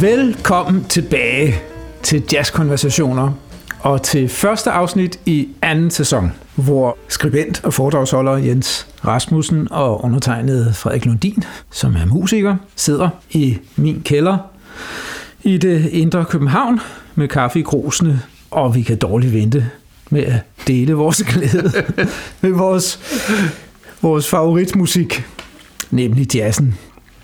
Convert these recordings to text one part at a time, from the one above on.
Velkommen tilbage til Jazzkonversationer og til første afsnit i anden sæson, hvor skribent og foredragsholder Jens Rasmussen og undertegnede Frederik Lundin, som er musiker, sidder i min kælder i det indre København med kaffe i krusene, og vi kan dårligt vente med at dele vores glæde med vores favoritmusik, nemlig jazzen.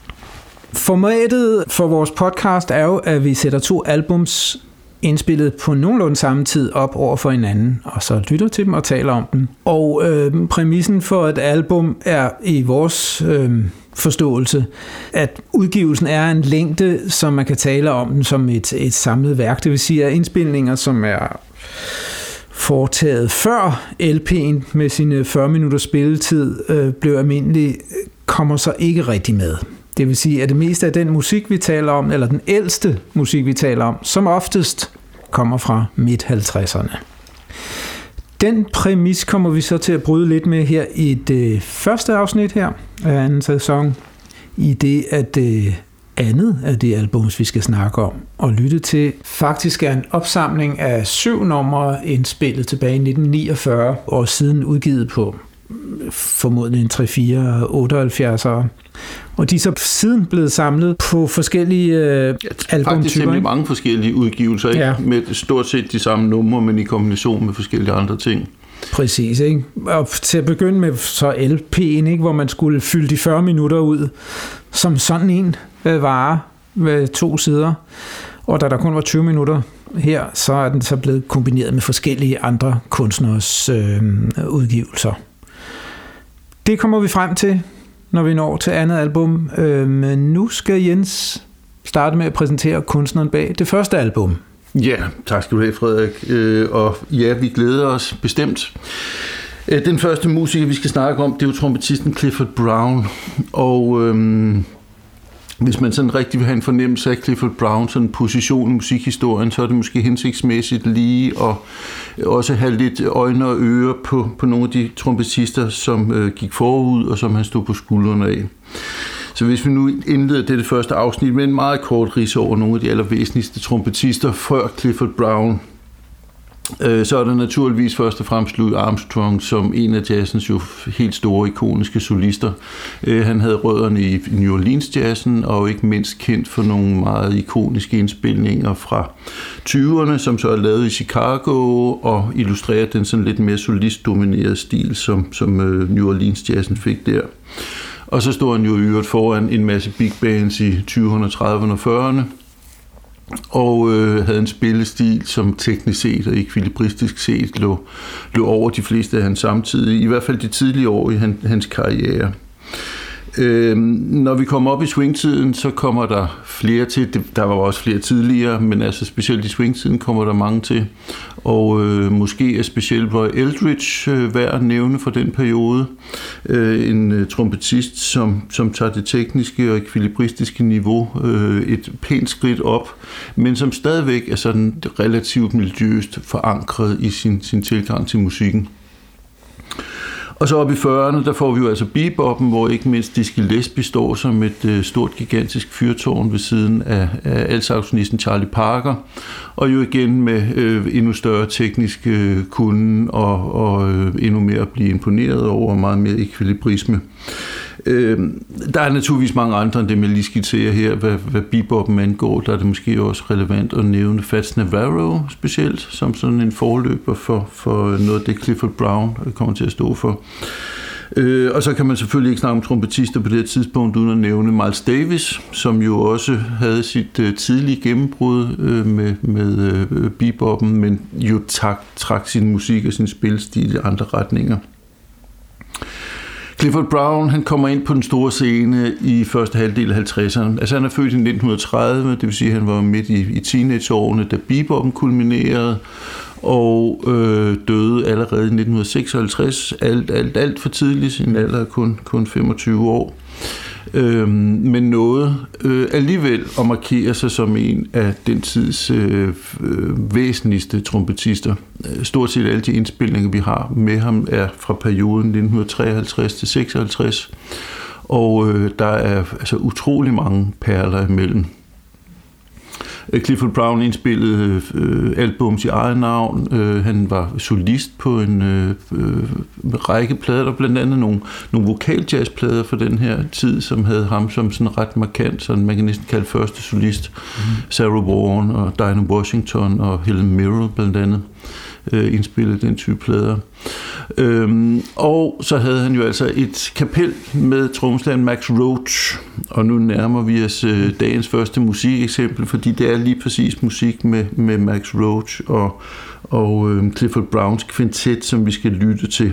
Formatet for vores podcast er jo, at vi sætter 2 albums indspillet på nogenlunde samme tid op over for hinanden, og så lytter til dem og taler om dem. Og præmissen for et album er i vores forståelse, at udgivelsen er en længde, som man kan tale om den som et samlet værk. Det vil sige, at indspilninger, som er foretaget før LP'en med sine 40 minutter spilletid blev almindelig, kommer så ikke rigtig med. Det vil sige, at det meste af den musik, vi taler om, eller den ældste musik, vi taler om, som oftest kommer fra midt-50'erne. Den præmis kommer vi så til at bryde lidt med her i det første afsnit her af anden sæson, i det, at det andet af det albums, vi skal snakke om og lytte til, faktisk er en opsamling af 7 numre indspillet tilbage i 1949 og siden udgivet på formodentlig en 3-4-78'ere. Og de er så siden blevet samlet på forskellige albumtyper. Faktisk simpelthen mange forskellige udgivelser, ikke? Ja. Med stort set de samme numre, men i kombination med forskellige andre ting. Præcis, ikke? Og til at begynde med så LP'en, ikke? Hvor man skulle fylde de 40 minutter ud som sådan en vare med 2 sider. Og da der kun var 20 minutter her, så er den så blevet kombineret med forskellige andre kunstners udgivelser. Det kommer vi frem til, når vi når til andet album. Men nu skal Jens starte med at præsentere kunstneren bag det første album. Ja, tak skal du have, Frederik. Og ja, vi glæder os bestemt. Den første musiker, vi skal snakke om, det er jo trompetisten Clifford Brown. Og hvis man sådan rigtig vil have en fornemmelse af Clifford Brown, sådan en position i musikhistorien, så er det måske hensigtsmæssigt lige at også have lidt øjne og ører på nogle af de trompetister, som gik forud, og som han stod på skuldrene af. Så hvis vi nu indleder det første afsnit med en meget kort rids over nogle af de allervæsentligste trompetister før Clifford Brown, så er der naturligvis først og fremmest Louis Armstrong som en af jazzens jo helt store ikoniske solister. Han havde rødderne i New Orleans jazzen og ikke mindst kendt for nogle meget ikoniske indspilninger fra 20'erne, som så er lavet i Chicago og illustrerer den sådan lidt mere solistdominerede stil, som New Orleans jazzen fik der. Og så stod han jo i øvrigt foran en masse big bands i 20'erne, 30'erne og 40'erne. Og havde en spillestil, som teknisk set og ekvilibristisk set lå over de fleste af hans samtidige, i hvert fald de tidlige år i hans karriere. Når vi kommer op i swingtiden, så kommer der flere til. Der var også flere tidligere, men altså specielt i swingtiden kommer der mange til. Og måske er specielt Roy Eldridge værd at nævne for den periode. En trompetist, som tager det tekniske og ekvilibristiske niveau et pænt skridt op, men som stadigvæk er sådan relativt miljøst forankret i sin tilgang til musikken. Og så op i 40'erne, der får vi jo altså beboppen, hvor ikke mindst Dizzy Gillespie står som et stort, gigantisk fyrtårn ved siden af altsaxofonisten Charlie Parker, og jo igen med endnu større teknisk kunnen og endnu mere at blive imponeret over, meget mere ekvilibrisme. Der er naturligvis mange andre end det, man lige skitserer her, hvad beboppen angår. Der er det måske også relevant at nævne Fats Navarro specielt, som sådan en forløber for noget af det Clifford Brown kommer til at stå for. Og så kan man selvfølgelig ikke snakke om trompetister på det her tidspunkt, uden at nævne Miles Davis, som jo også havde sit tidlige gennembrud med beboppen, men jo trak sin musik og sin spilstil i andre retninger. Clifford Brown, han kommer ind på den store scene i første halvdel af 50'erne. Altså han er født i 1930, det vil sige, at han var midt i teenageårene, da beboppen kulminerede, og døde allerede i 1956, alt for tidligt, sin alder er kun 25 år. Men noget alligevel at markere sig som en af den tids væsentligste trompetister. Stort set alle de indspilninger, vi har med ham, er fra perioden 1953 til 56, og der er altså utrolig mange perler imellem. Clifford Brown indspillede albums i eget navn. Han var solist på en række plader, der blandt andet nogle vokaljazzplader for den her tid, som havde ham som sådan ret markant, sådan man kan næsten kalde første solist. Sarah Vaughan og Dinah Washington og Helen Mirren blandt andet indspillet den type plader. Og så havde han jo altså et kapel med trommeslageren Max Roach, og nu nærmer vi os dagens første musikeksempel, fordi det er lige præcis musik med Max Roach og Clifford Browns kvintet, som vi skal lytte til.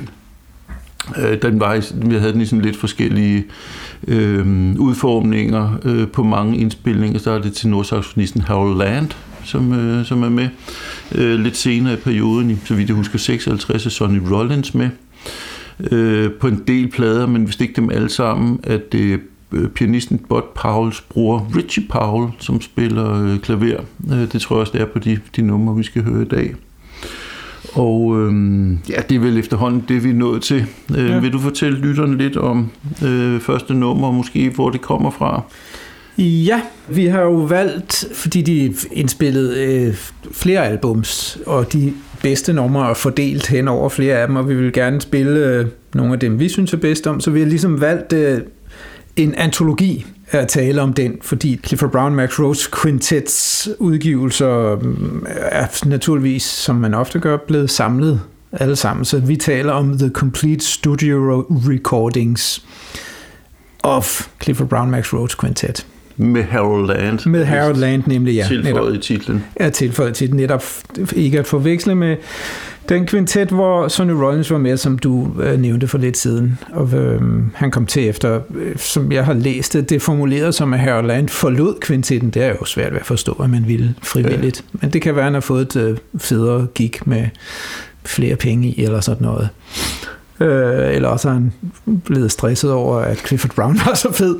Vi havde den i sådan lidt forskellige udformninger på mange indspilninger. Så er det til nordsaxofonisten Harold Land, som er med lidt senere i perioden, så vidt jeg husker 56 er Sonny Rollins med på en del plader, men vist ikke dem alle sammen, at det pianisten Bud Powells bror Richie Powell, som spiller klaver. Det tror jeg også, det er på de numre, vi skal høre i dag. Og det er vel efterhånden det, vi er nået til. Vil du fortælle lytterne lidt om første nummer, og måske hvor det kommer fra? Ja, vi har jo valgt, fordi de indspillede flere albums, og de bedste numre er fordelt hen over flere af dem, og vi vil gerne spille nogle af dem, vi synes er bedst om, så vi har ligesom valgt en antologi at tale om den, fordi Clifford Brown Max Roach Quintets udgivelser er naturligvis, som man ofte gør, blevet samlet alle sammen, så vi taler om The Complete Studio Recordings of Clifford Brown Max Roach Quintet. Med Harold Land. Med Harold Land, nemlig, ja. Tilføjet i titlen. Ja, tilføjet i titlen. Netop ikke at forveksle med den kvintet, hvor Sonny Rollins var med, som du nævnte for lidt siden. Og han kom til efter, som jeg har læst det formuleret som, at Harold Land forlod kvintetten. Det er jo svært at forstå, at man ville frivilligt. Ja. Men det kan være, at han har fået et federe gig med flere penge i, eller sådan noget. Eller også er han blevet stresset over, at Clifford Brown var så fed.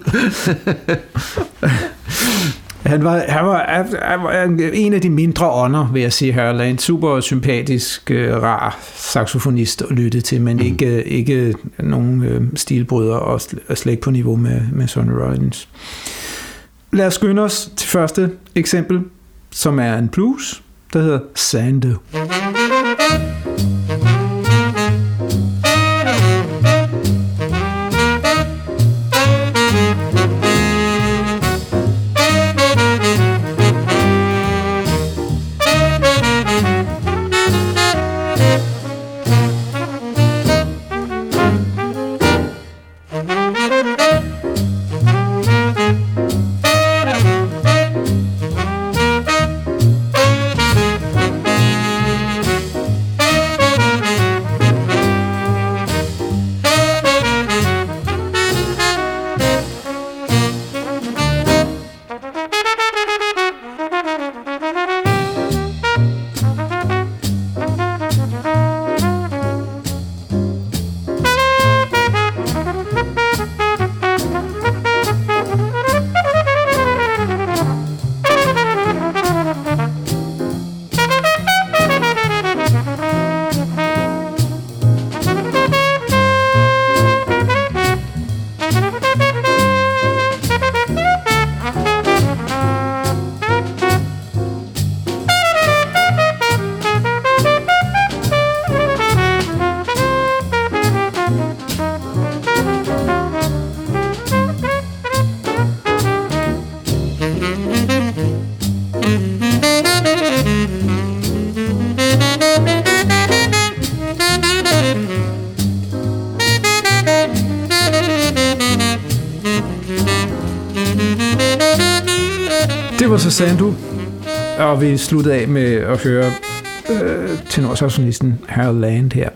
Han var en af de mindre ånder, vil jeg sige, Harold Land. Super sympatisk, rar saxofonist at lytte til, men ikke nogen stilbryder og slet ikke på niveau med Sonny Rollins. Lad os skynde os til første eksempel, som er en blues, der hedder Sandu. Det var så Sandu, og vi sluttede af med at høre tenorsaxofonisten Harold Land her.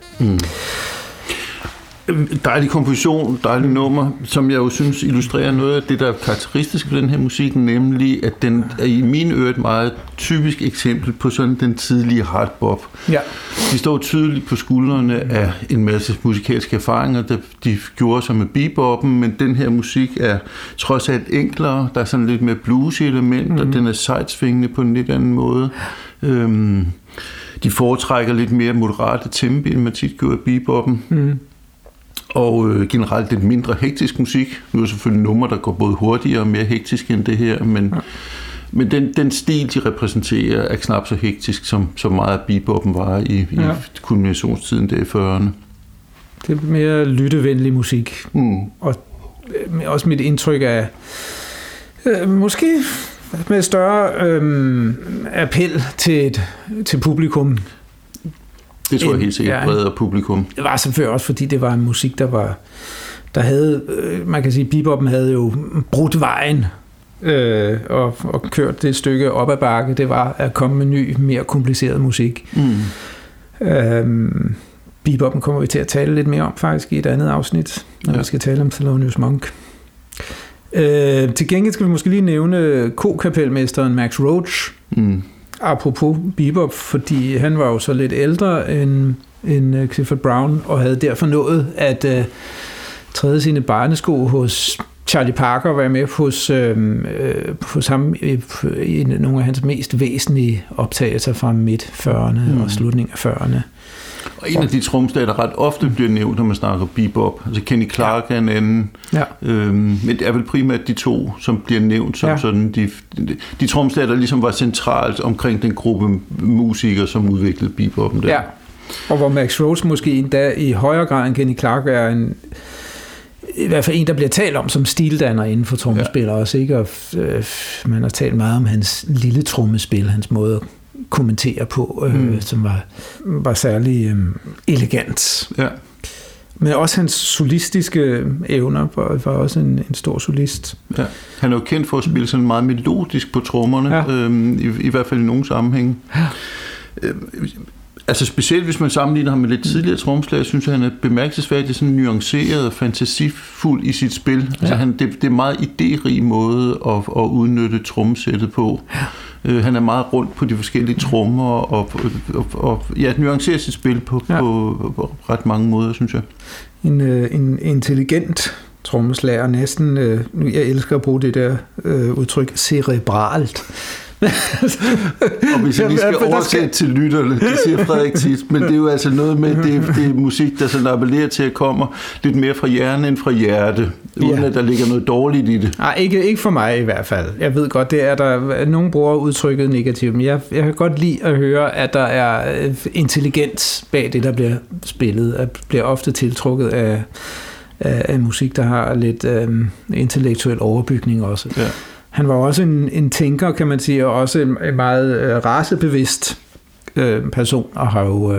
Dejlig komposition, dejlig nummer, som jeg jo synes illustrerer noget af det, der er karakteristisk ved den her musik, nemlig at den er i mine ører et meget typisk eksempel på sådan den tidlige hardbop. Ja. De står tydeligt på skuldrene af en masse musikalske erfaringer, de gjorde sig med beboppen, men den her musik er trods alt enklere, der er sådan lidt mere blues-element, og den er sidesvingende på en lidt anden måde. De foretrækker lidt mere moderate tempi, end man tit gjorde i beboppen. Og generelt lidt mindre hektisk musik. Nu er der selvfølgelig numre, der går både hurtigere og mere hektisk end det her, Men den stil, de repræsenterer, er knap så hektisk, som meget af beboppen var i kulminationstiden der i 40'erne. Det er mere lyttevenlig musik. Og også mit indtryk af måske med større appel til publikum. Det tror jeg helt sikkert bredere publikum. Det var selvfølgelig også, fordi det var en musik, der havde, man kan sige, beboppen havde jo brudt vejen og kørt det stykke op ad bakke. Det var at komme med ny, mere kompliceret musik. Beboppen kommer vi til at tale lidt mere om faktisk i et andet afsnit, når vi skal tale om Thelonious Monk. Til gengæld skal vi måske lige nævne kokapelmesteren Max Roach. Apropos bebop, fordi han var jo så lidt ældre end Clifford Brown, og havde derfor nået at træde sine barnesko hos Charlie Parker, og være med hos ham i nogle af hans mest væsentlige optagelser fra midt-40'erne og slutningen af 40'erne. Og en af de trommeslager, der ret ofte bliver nævnt, når man snakker bebop, altså Kenny Clarke er en anden, men det er vel primært de to, som bliver nævnt som sådan de trommeslager, der ligesom var centralt omkring den gruppe musikere, som udviklede beboppen der. Ja, og hvor Max Roach måske endda i højere grad end Kenny Clarke er i hvert fald en, der bliver talt om som stildanner inden for trommespil også, ikke? Og man har talt meget om hans lille trommespil, hans måde at kommentere på, som var særlig elegant. Ja. Men også hans solistiske evner var også en stor solist. Ja. Han er jo kendt for at spille sådan meget melodisk på trommerne, i hvert fald i nogle sammenhænge. Ja. Altså specielt hvis man sammenligner ham med lidt tidligere trommeslager, synes jeg, han er bemærkelsesværdigt sådan nuanceret og fantasifuld i sit spil. Ja. Altså det er en meget idérig måde at udnytte trommesættet på. Ja. Han er meget rundt på de forskellige trommer og nuancerer sit spil på ret mange måder, synes jeg. En intelligent trommeslager, næsten, jeg elsker at bruge det der udtryk, cerebralt. Og hvis jeg lige skal oversætte til lytterne, det siger Frederik tit, men det er jo altså noget med, det er musik, der sådan appellerer til at komme lidt mere fra hjerne end fra hjerte, uden at der ligger noget dårligt i det. Nej, ikke for mig i hvert fald. Jeg ved godt, det er der, nogen bruger udtrykket negativt, men jeg kan godt lide at høre, at der er intelligens bag det, der bliver spillet, at bliver ofte tiltrukket af musik, der har lidt intellektuel overbygning også. Ja. Han var også en tænker, kan man sige, og også en meget racebevidst person, og har jo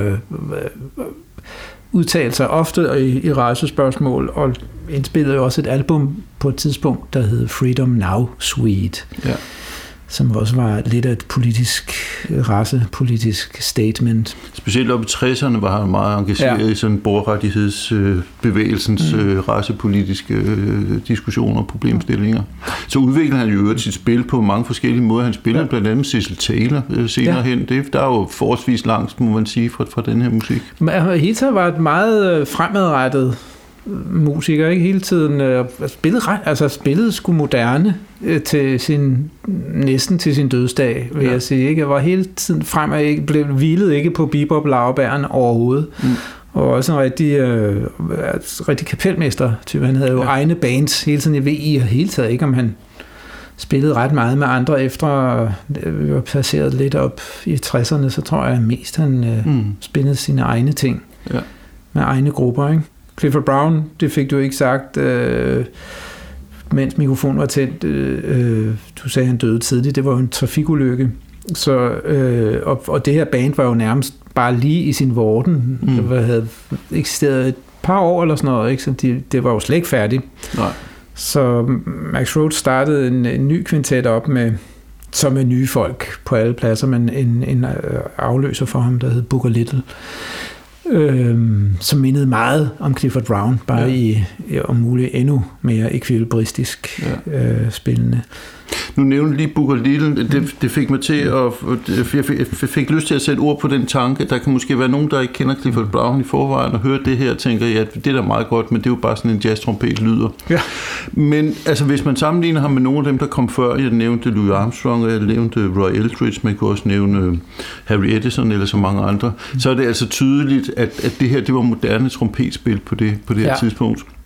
udtalt sig ofte i racespørgsmål, og indspillede jo også et album på et tidspunkt, der hed Freedom Now Suite, som også var lidt af et racepolitisk statement. Specielt op i 60'erne var han meget engageret i sådan borgerrettighedsbevægelsens racepolitiske diskussioner og problemstillinger. Så udviklede han jo sit spil på mange forskellige måder. Han spillede blandt andet Cecil Taylor senere hen. Der er jo forholdsvis langt, må man sige, fra den her musik. Men hele tiden var et meget fremadrettet musiker, ikke hele tiden spillede sgu moderne næsten til sin dødsdag, vil jeg sige, ikke? Jeg var hele tiden frem og hvilede ikke på bebop laurbæren overhovedet. Og også en rigtig kapelmester type. Han havde jo egne bands hele tiden. Jeg ved hele taget ikke, om han spillede ret meget med andre efter vi var placeret lidt op i 60'erne, så tror jeg mest han spillede sine egne ting med egne grupper, ikke? Clifford Brown, det fik du ikke sagt, mens mikrofonen var tændt. Du sagde, han døde tidligt. Det var jo en trafikulykke. Så, og det her band var jo nærmest bare lige i sin vorden. Det havde eksisteret et par år eller sådan noget, ikke? Så det var jo slet ikke færdigt. Nej. Så Max Roach startede en ny kvintet op med nye folk på alle pladser, men en afløser for ham, der hed Booker Little. Som mindede meget om Clifford Brown, bare i om muligt endnu mere ekvilibristisk spillende. Nu nævnte lige Booker Little, det fik mig til at jeg fik lyst til at sætte ord på den tanke. Der kan måske være nogen, der ikke kender Clifford Brown i forvejen og hører det her og tænker, ja, det er da meget godt, men det er jo bare sådan en jazz-trompet lyder. Ja. Men altså, hvis man sammenligner ham med nogle af dem, der kom før, jeg nævnte Louis Armstrong, og jeg nævnte Roy Eldridge, man kunne også nævne Harry Edison eller så mange andre, så er det altså tydeligt, at det her, det var moderne trompetspil på det her tidspunkt.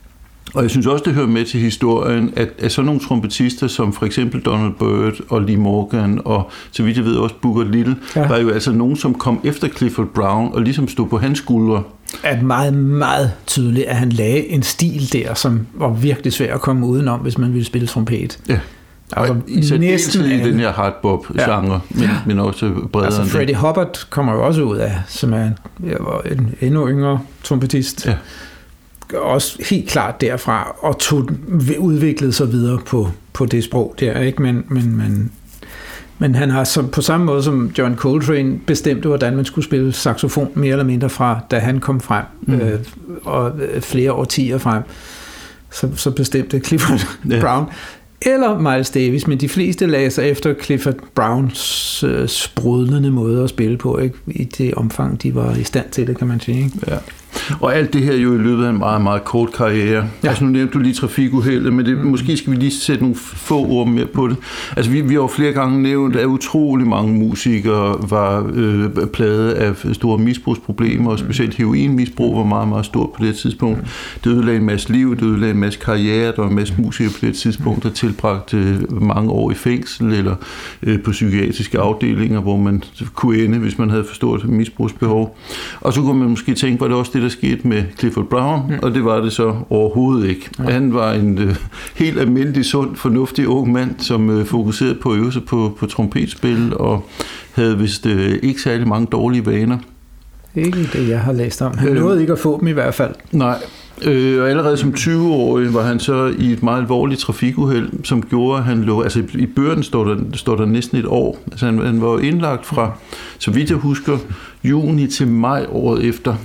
Og jeg synes også, det hører med til historien, at sådan nogle trompetister som for eksempel Donald Byrd og Lee Morgan og så vidt jeg ved også Booker Little, var jo altså nogen, som kom efter Clifford Brown og ligesom stod på hans skuldre. Er meget, meget tydeligt, at han lagde en stil der, som var virkelig svær at komme udenom, hvis man ville spille trompet. Ja. Altså, næsten i den her hardbop-genre, men også bredere altså, end det. Freddie Hubbard kommer jo også ud af, som er en endnu yngre trompetist. Ja. Også helt klart derfra, og udviklede sig videre på det sprog der, ikke? Men han har på samme måde som John Coltrane bestemt, hvordan man skulle spille saxofon mere eller mindre fra, da han kom frem, og flere årtier frem, så bestemte Clifford Brown eller Miles Davis, men de fleste lagde sig efter Clifford Browns sprudlende måde at spille på, ikke? I det omfang, de var i stand til det, kan man sige. Ikke? Ja. Og alt det her jo i løbet af en meget, meget kort karriere. Ja. Altså nu nævnte du lige trafikuheldet, men måske skal vi lige sætte nogle få ord mere på det. Altså vi har jo flere gange nævnt, at utrolig mange musikere var plaget af store misbrugsproblemer, og specielt heroinmisbrug var meget, meget stort på det tidspunkt. Det ødelagde en masse liv, det ødelagde en masse karriere, der var en masse musikere på det tidspunkt, der tilbragte mange år i fængsel eller på psykiatriske afdelinger, hvor man kunne ende, hvis man havde for stort misbrugsbehov. Og så kunne man måske tænke, var det også det, der skete med Clifford Brown, og det var det så overhovedet ikke. Ja. Han var en helt almindelig, sund, fornuftig ung mand, som fokuserede på at øve sig på trompetspil, og havde vist ikke særlig mange dårlige vaner. Ikke det, jeg har læst om. Han nåede ikke at få dem i hvert fald. Nej. Og allerede som 20-årig var han så i et meget alvorligt trafikuheld, som gjorde, at han lå, altså i bøgerne står der næsten et år. Altså han var indlagt fra, så vidt jeg husker, juni til maj året efter,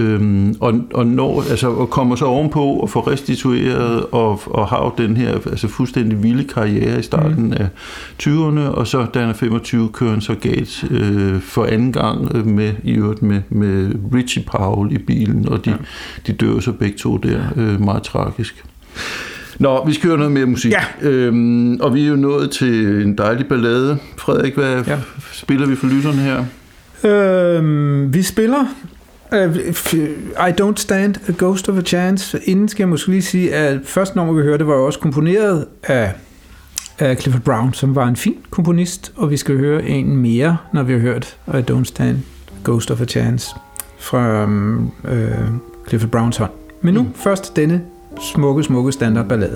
og kommer så ovenpå og får restitueret og har den her altså fuldstændig vilde karriere i starten af 20'erne, og så da han er 25 kører han så galt for anden gang med Richie Powell i bilen, og de dør så begge to der, meget tragisk. Nå, vi skal høre noget mere musik. Ja. Og vi er jo nået til en dejlig ballade. Frederik, hvad spiller vi for lytterne her? Vi spiller I Don't Stand a Ghost of a Chance. Inden skal jeg måske lige sige, at første nummer, vi hørte, var jo også komponeret af Clifford Brown, som var en fin komponist, og vi skal høre en mere, når vi har hørt I Don't Stand a Ghost of a Chance fra Clifford Browns hånd. Men nu først denne smukke standardballade.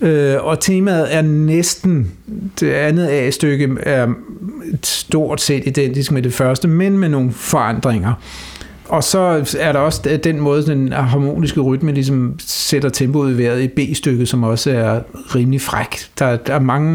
Og temaet er næsten, det andet A-stykke er stort set identisk med det første, men med nogle forandringer. Og så er der også den måde, den harmoniske rytme ligesom sætter tempoet i vejret i B-stykket, som også er rimelig fræk. Der er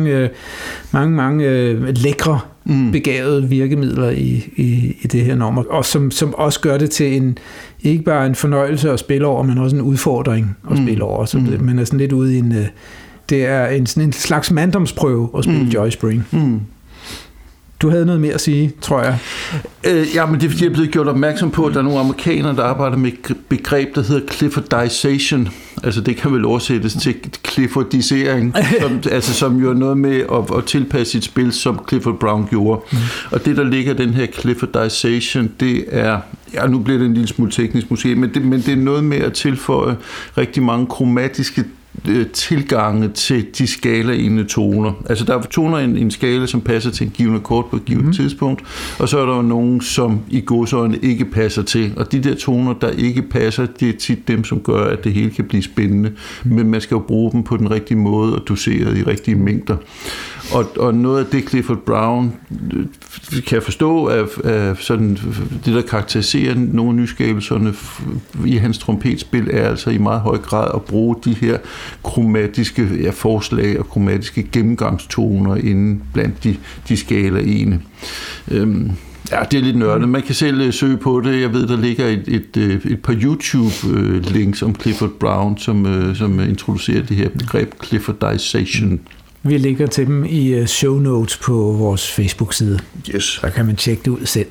mange lækre, begavede virkemidler i det her nummer, og som også gør det til ikke bare en fornøjelse at spille over, men også en udfordring at spille over. Så man er sådan lidt ude i det er sådan en slags manddomsprøve at spille Joyce Spring. Du havde noget mere at sige, tror jeg. Ja, men det er fordi, jeg er blevet gjort opmærksom på, at der er nogle amerikanere, der arbejder med et begreb, der hedder Cliffordization. Altså det kan vel oversættes til Cliffordisering, som jo er noget med at tilpasse sit spil, som Clifford Brown gjorde. Og det, der ligger den her Cliffordization, det er, ja, nu bliver det en lille smule teknisk måske, men det er noget med at tilføje rigtig mange kromatiske tilgange til de skalaene toner. Altså der er toner i en skala, som passer til en given akkord på et givet tidspunkt, og så er der jo nogen, som i godsøjne ikke passer til. Og de der toner, der ikke passer, det er tit dem, som gør, at det hele kan blive spændende. Men man skal jo bruge dem på den rigtige måde og dosere i rigtige mængder. Og noget af det, Clifford Brown kan jeg forstå, er sådan, det, der karakteriserer nogle af nyskabelserne i hans trompetspil, er altså i meget høj grad at bruge de her kromatiske forslag og kromatiske gennemgangstoner inden blandt de skalaene. Ja, det er lidt nørdet. Man kan selv søge på det. Jeg ved, der ligger et par YouTube-links om Clifford Brown, som introducerer det her begreb Cliffordization. Vi lægger til dem i show notes på vores Facebook-side. Yes. Der kan man tjekke det ud selv.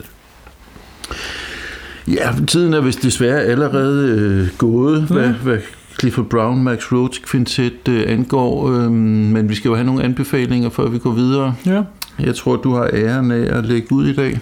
Ja, tiden er vist desværre allerede gået, hvad Clifford Brown, Max Roach kvintet angår, men vi skal jo have nogle anbefalinger, før vi går videre. Ja. Jeg tror, du har æren af at lægge ud i dag.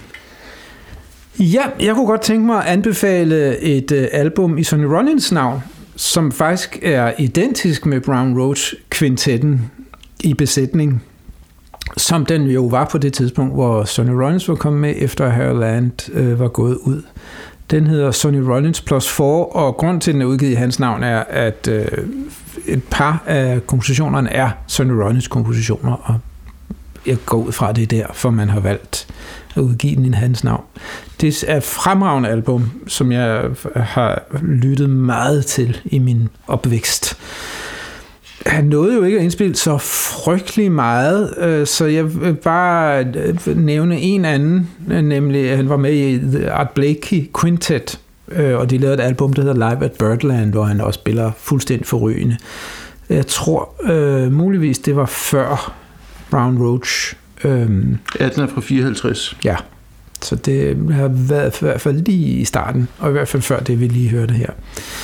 Ja, jeg kunne godt tænke mig at anbefale et album i Sonny Rollins navn, som faktisk er identisk med Brown Roach kvintetten i besætning, som den jo var på det tidspunkt, hvor Sonny Rollins var kommet med, efter Harold Land var gået ud. Den hedder Sonny Rollins plus 4, og grund til, den er udgivet i hans navn, er, at et par af kompositionerne er Sonny Rollins kompositioner, og jeg går ud fra det der, for man har valgt at udgive den i hans navn. Det er et fremragende album, som jeg har lyttet meget til i min opvækst. Han nåede jo ikke at indspille så frygtelig meget, så jeg vil bare nævne en anden, nemlig at han var med i The Art Blakey Quintet, og de lavede et album, der hedder Live at Birdland, hvor han også spiller fuldstændig forrygende. Jeg tror muligvis, det var før Brown Roach. Ja, den er fra 54. Ja, så det har været i hvert fald lige i starten, og i hvert fald før det, vi lige hørte her.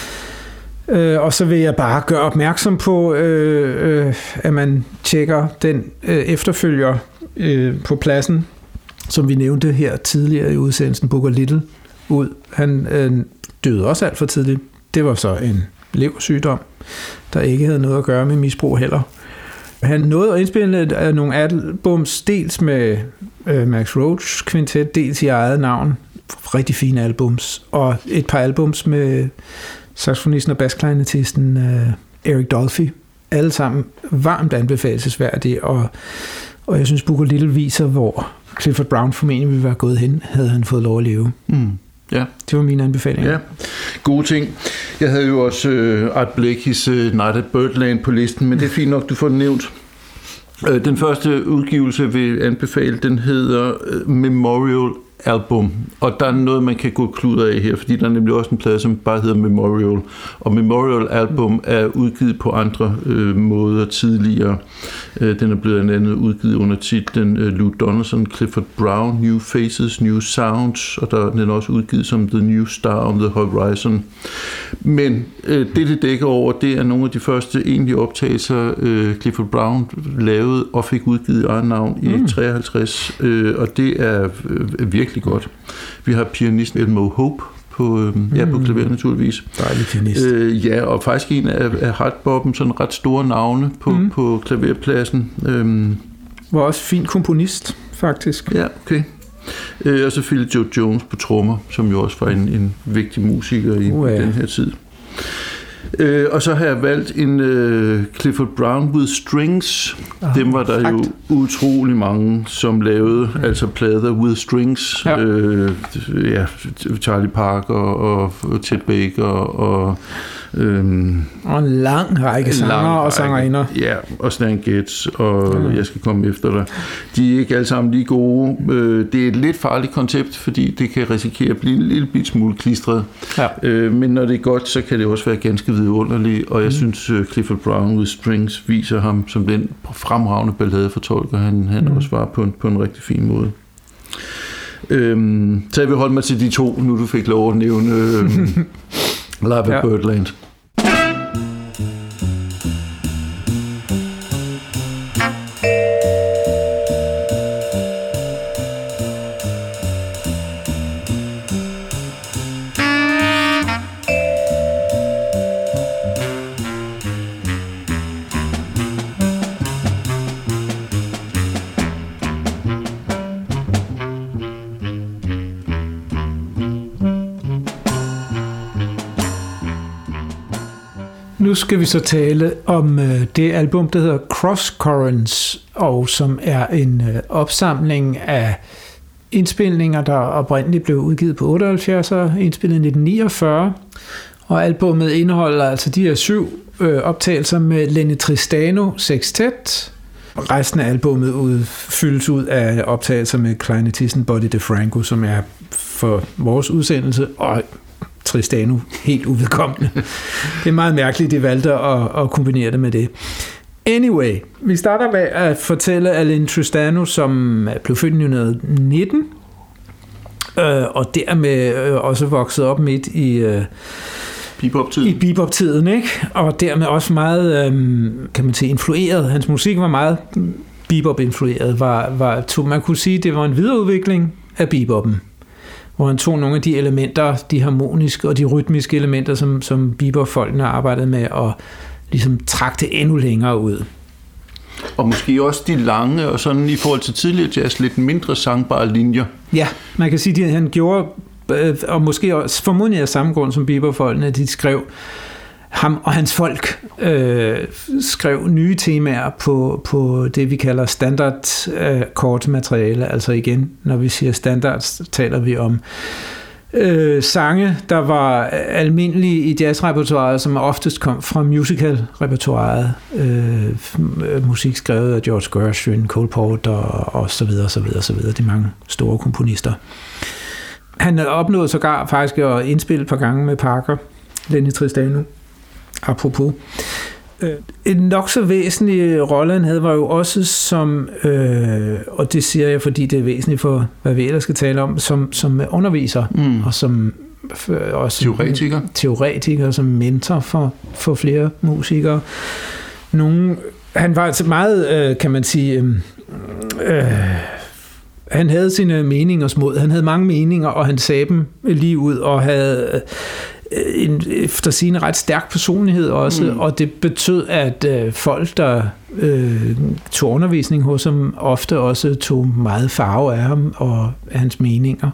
Og så vil jeg bare gøre opmærksom på, at man tjekker den efterfølger på pladsen, som vi nævnte her tidligere i udsendelsen, Booker Little, ud. Han døde også alt for tidligt. Det var så en leversygdom, der ikke havde noget at gøre med misbrug heller. Han nåede at indspille nogle albums, dels med Max Roach kvintet, dels i eget navn. Rigtig fine albums. Og et par albums med saxofonisten og basklarinettisten Eric Dolphy. Alle sammen varmt anbefalesværdige, og jeg synes, Booker Little viser, hvor Clifford Brown formentlig ville være gået hen, havde han fået lov at leve. Ja. Det var mine anbefalinger. Ja, gode ting. Jeg havde jo også Art Blakey's Night at Birdland på listen, men det er fint nok, du får den nævnt. Den første udgivelse, jeg vil anbefale, den hedder Memorial Album, og der er noget, man kan gå klud af her, fordi der er nemlig også en plade, som bare hedder Memorial, og Memorial Album er udgivet på andre måder tidligere. Den er blevet en anden udgivet under titlen Lou Donaldson, Clifford Brown, New Faces, New Sounds, og den er også udgivet som The New Star on the Horizon. Men det dækker over, det er nogle af de første egentlige optagelser, Clifford Brown lavede og fik udgivet i eget navn i 53, og det er virkelig godt. Vi har pianisten Elmo Hope på klaver naturligvis. Dejlig pianist. Ja, og faktisk en af Hardbop'en, sådan ret store navne på klaverpladsen. Var også fin komponist, faktisk. Ja, okay. Og så Phil Joe Jones på trommer, som jo også var en vigtig musiker i den her tid. Og så har jeg valgt en Clifford Brown with Strings. Dem var der jo utrolig mange, som lavede, altså plader with strings. Ja. Charlie Parker og Chet Baker og en lang række sanger og sangerinder. Ja, og Stan Getz, og jeg skal komme efter dig. De er ikke alle sammen lige gode. Det er et lidt farligt koncept, fordi det kan risikere at blive en lille bit smule klistret. Ja. Men når det er godt, så kan det også være ganske vidunderligt, og jeg synes, Clifford Brown with Strings viser ham som den fremragende balladefortolker, han også var på en rigtig fin måde. Så jeg vil holde mig til de to, nu du fik lov at nævne Live at Birdland. Nu skal vi så tale om det album, der hedder Cross Currents, og som er en opsamling af indspilninger, der oprindeligt blev udgivet på 78 og indspillet i 1949. Og albummet indeholder altså de her 7 optagelser med Lenny Tristano Sextet. Resten af albummet fyldes ud af optagelser med klarinettisten Buddy DeFranco, som er for vores udsendelse og Tristano helt uvedkommende. Det er meget mærkeligt, de valgte at kombinere det med det. Anyway, vi starter med at fortælle Lenny Tristano, som blev født i 1919, og dermed også vokset op midt i bebop-tiden, ikke? Og dermed også meget, kan man sige, influeret. Hans musik var meget bebop-influeret. Man kunne sige, det var en videreudvikling af beboppen, hvor han tog nogle af de elementer, de harmoniske og de rytmiske elementer, som bebop-folkene har arbejdet med, og ligesom trak det endnu længere ud. Og måske også de lange, og sådan i forhold til tidligere jazz, lidt mindre sangbare linjer. Ja, man kan sige, at han gjorde, og måske også formodentlig af samme grund som bebop-folkene, de skrev, ham og hans folk skrev nye temaer på det, vi kalder standard kortmateriale. Altså igen, når vi siger standard, taler vi om sange, der var almindelige i jazzrepertoiret, som oftest kom fra musical-repertoiret. Musik skrevet af George Gershwin, Cole Porter og så videre, så videre, så videre. De mange store komponister. Han opnåede sågar faktisk at indspille et par gange med Parker, Lenny Tristano. Apropos. En nok så væsentlig rolle, han havde, var jo også som, og det siger jeg, fordi det er væsentligt for, hvad vi ellers skal tale om, som underviser, og som også teoretiker, som mentor for flere musikere. Han var altså meget, kan man sige, han havde sine meninger små. Han havde mange meninger, og han sagde dem lige ud, og havde efter sin ret stærk personlighed også, og det betød, at folk, der tog undervisning hos ham, ofte også tog meget farve af ham og af hans meninger.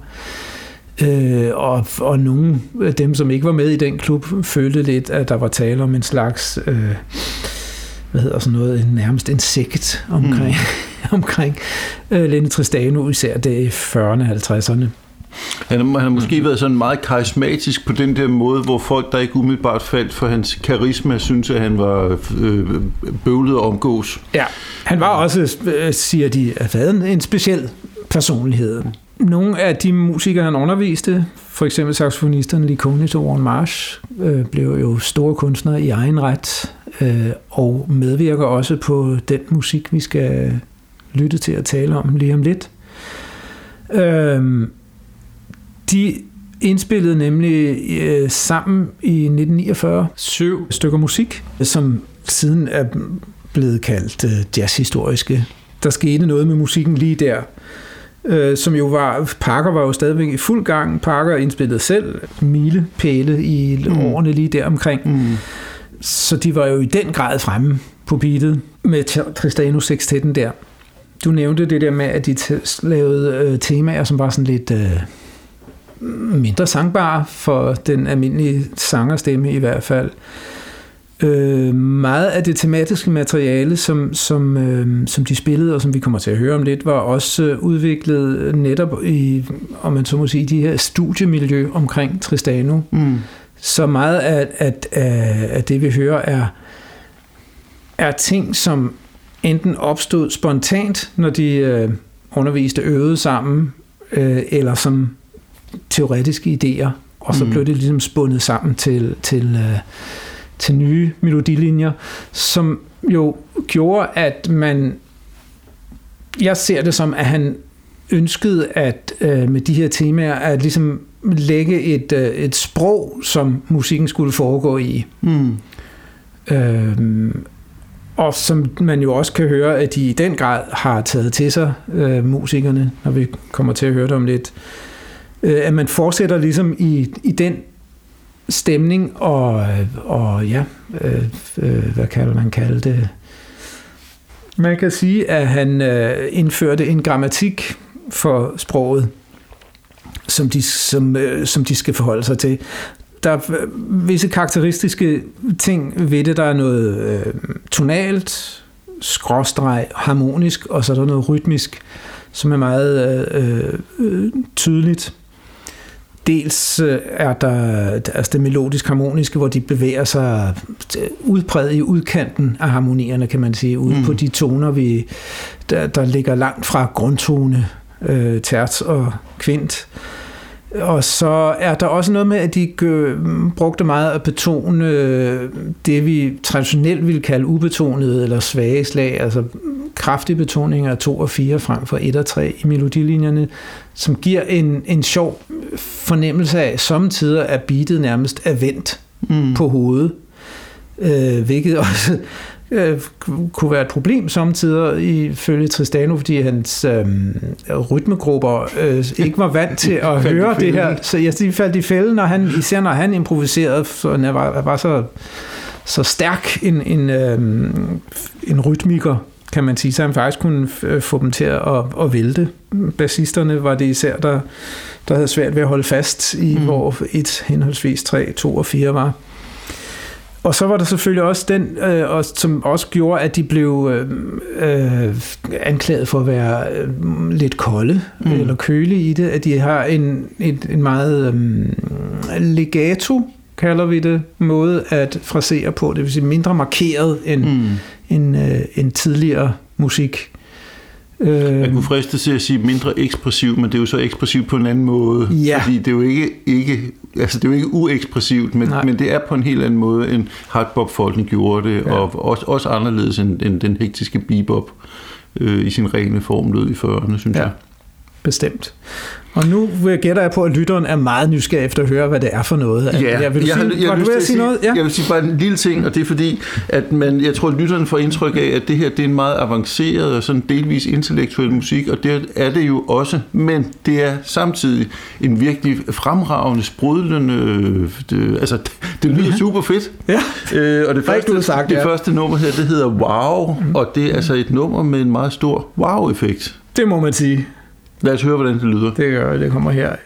Og nogle af dem, som ikke var med i den klub, følte lidt, at der var tale om en slags, nærmest en sekt omkring Lenny Tristano, især det i 40'erne og 50'erne. Han har måske været sådan meget karismatisk på den der måde, hvor folk, der ikke umiddelbart faldt for hans karisma, synes, at han var bøvlet at omgås. Ja, han var også, siger de, at havde en speciel personlighed. Nogle af de musikere, han underviste, for eksempel saxofonisterne Lee Konitz og Warren Marsh, blev jo store kunstnere i egen ret, og medvirker også på den musik, vi skal lytte til at tale om lige om lidt. De indspillede nemlig sammen i 1949 7 stykker musik, som siden er blevet kaldt jazzhistoriske. Der skete noget med musikken lige der, som jo var, Parker var jo stadigvæk i fuld gang. Parker indspillede selv milepæle i årene lige der omkring. Så de var jo i den grad fremme på beatet med Tristano Sextetten der. Du nævnte det der med, at de lavede temaer, som var sådan lidt mindre sangbare for den almindelige sangerstemme i hvert fald. Meget af det tematiske materiale, som de spillede, og som vi kommer til at høre om lidt, var også udviklet netop i, om man så må sige, de her studiemiljø omkring Tristano. Så meget af det, vi hører, er ting, som enten opstod spontant, når de underviste øvede sammen, eller som teoretiske idéer, og så blev det ligesom spundet sammen til nye melodilinjer, som jo gjorde, at jeg ser det som, at han ønskede at med de her temaer, at ligesom lægge et sprog, som musikken skulle foregå i. Og som man jo også kan høre, at de i den grad har taget til sig, musikerne, når vi kommer til at høre det om lidt. At man fortsætter ligesom i den stemning, og hvad kan man kalde det? Man kan sige, at han indførte en grammatik for sproget, som de skal forholde sig til. Der er visse karakteristiske ting ved det. Der er noget tonalt, skråstreg, harmonisk, og så er der noget rytmisk, som er meget tydeligt. Dels er der altså det melodisk-harmoniske, hvor de bevæger sig udpræget i udkanten af harmonierne, kan man sige, ude på de toner, der ligger langt fra grundtone, terts og kvint. Og så er der også noget med, at de brugte meget at betone det, vi traditionelt ville kalde ubetonede eller svage slag, altså kraftige betoninger af 2 og 4 frem for 1 og 3 i melodilinjerne, som giver en sjov fornemmelse af, samtidig at beatet nærmest er vendt på hovedet, hvilket også kunne være et problem samtidig ifølge Tristano, fordi hans rytmegrupper ikke var vant til at høre det her. Så de faldt i fælden, især når han improviserede, så han var så stærk en rytmiker, kan man sige, så han faktisk kunne få dem til at vælte. Bassisterne var det især, der havde svært ved at holde fast i, hvor 1, henholdsvis 3, 2 og 4 var. Og så var der selvfølgelig også den, som også gjorde, at de blev anklaget for at være lidt kolde eller kølige i det, at de har en meget legato, kalder vi det, måde at frasere på, det vil sige mindre markeret end tidligere musik. Jeg kunne friste til at sige mindre ekspressiv, men det er jo så ekspressivt på en anden måde. Ja. Fordi det er jo ikke det er jo ikke uekspressivt, men det er på en helt anden måde, end hardbop-folkene gjorde det, og også anderledes end den hektiske bebop i sin rene form lød i 40'erne, synes jeg. Bestemt. Og nu gætter jeg på, at lytteren er meget nysgerrig efter at høre, hvad det er for noget. Ja, jeg vil sige bare en lille ting, og det er fordi, at jeg tror, at lytteren får indtryk af, at det her det er en meget avanceret og sådan delvis intellektuel musik, og det er det jo også, men det er samtidig en virkelig fremragende, sprudlende, det lyder super fedt. Ja. Og det første nummer her, det hedder Wow, og det er altså et nummer med en meget stor wow-effekt. Det må man sige. Lad os høre, hvordan det lyder. Det gør det kommer her.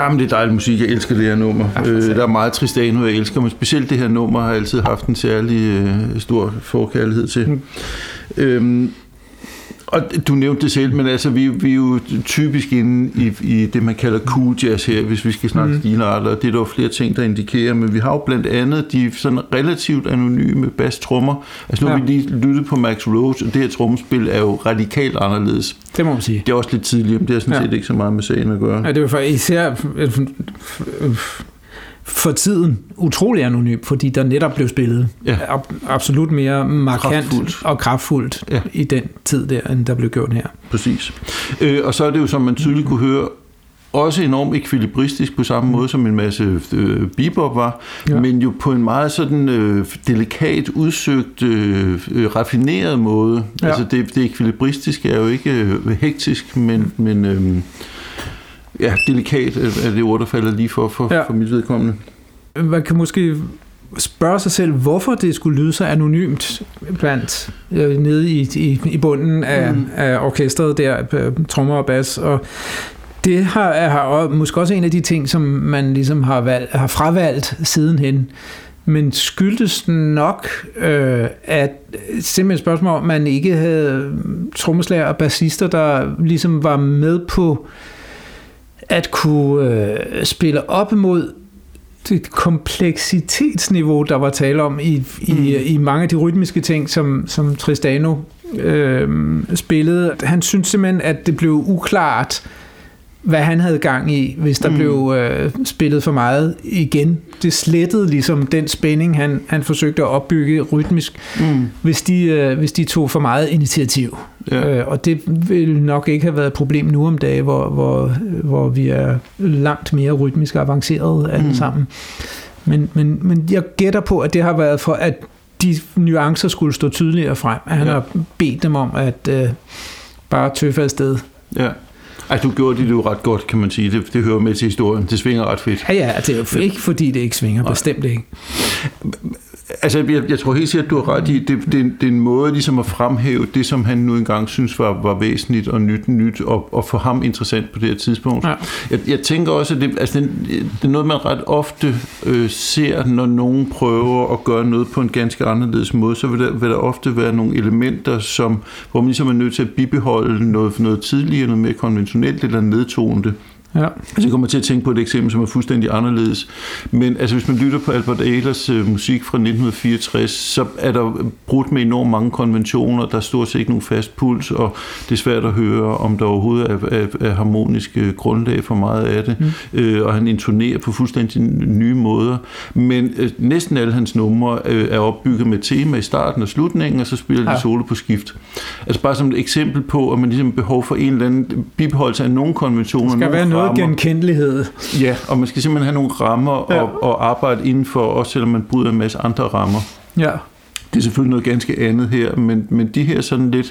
Jamen, det er dejlig musik. Jeg elsker det her nummer. Der er meget Tristano, jeg elsker, men specielt det her nummer har jeg altid haft en særlig stor forkærlighed til. Og du nævnte det selv, men altså, vi er jo typisk inde i det, man kalder cool jazz her, hvis vi skal snakke stilarter. Det er der jo flere ting, der indikerer, men vi har jo blandt andet de sådan relativt anonyme basstrummer. Altså nu har vi lige lyttet på Max Roach, og det her trommespil er jo radikalt anderledes. Det må man sige. Det er også lidt tidligere, men det har sådan set ikke så meget med sagen at gøre. Ja, det er jo for især for tiden utrolig anonym, fordi der netop blev spillet absolut mere markant og kraftfuldt i den tid der, end der blev gjort her. Præcis. Og så er det jo, som man tydeligt kunne høre, også enormt ekvilibristisk på samme måde som en masse bebop var, men jo på en meget sådan delikat, udsøgt, raffineret måde. Ja. Altså det ekvilibristiske er jo ikke hektisk, men delikat er det ord, der falder lige for mit vedkommende. Man kan måske spørge sig selv, hvorfor det skulle lyde så anonymt blandt nede i bunden af orkestret der, trommer og bas, og det har måske også en af de ting, som man ligesom har fravalgt sidenhen, men skyldtes nok, at simpelthen et spørgsmål om, man ikke havde trommeslager og bassister, der ligesom var med på at kunne spille op mod det kompleksitetsniveau, der var tale om i mange af de rytmiske ting, som Tristano spillede. Han syntes simpelthen, at det blev uklart, hvad han havde gang i, hvis der blev spillet for meget igen. Det slettede ligesom den spænding, han forsøgte at opbygge rytmisk, hvis de tog for meget initiativ. Ja. Og det vil nok ikke have været et problem nu om dagen, hvor vi er langt mere rytmisk avanceret alle sammen. Men jeg gætter på, at det har været for, at de nuancer skulle stå tydeligere frem. At han har bedt dem om at bare tøffe afsted. Ja. Ej, du gjorde det jo ret godt, kan man sige. Det hører med til historien. Det svinger ret fedt. Ja, det er jo ikke, fordi det ikke svinger. Bestemt ikke. Altså, jeg tror helt sikkert, du har ret i, det er en måde ligesom at fremhæve det, som han nu engang synes var væsentligt og nyt, og for ham interessant på det her tidspunkt. Ja. Jeg tænker også, at det er noget, man ret ofte ser, når nogen prøver at gøre noget på en ganske anderledes måde, så vil der ofte være nogle elementer, hvor man ligesom er nødt til at bibeholde noget tidligere, noget mere konventionelt eller nedtone det. Ja. Altså jeg kommer til at tænke på et eksempel, som er fuldstændig anderledes. Men altså, hvis man lytter på Albert Ahlers musik fra 1964, så er der brudt med enormt mange konventioner. Der er stort set ikke nogen fast puls, og det er svært at høre, om der overhovedet er harmonisk grundlag for meget af det. Og han intonerer på fuldstændig nye måder. Men næsten alle hans numre er opbygget med tema i starten og slutningen, og så spiller de solo på skift. Altså bare som et eksempel på, at man ligesom behov for en eller anden bibeholdelse af nogle konventioner. Det skal være noget genkendelighed. Ja, og man skal simpelthen have nogle rammer og arbejde indenfor, også selvom man bryder en masse andre rammer. Ja. Det er selvfølgelig noget ganske andet her, men de her sådan lidt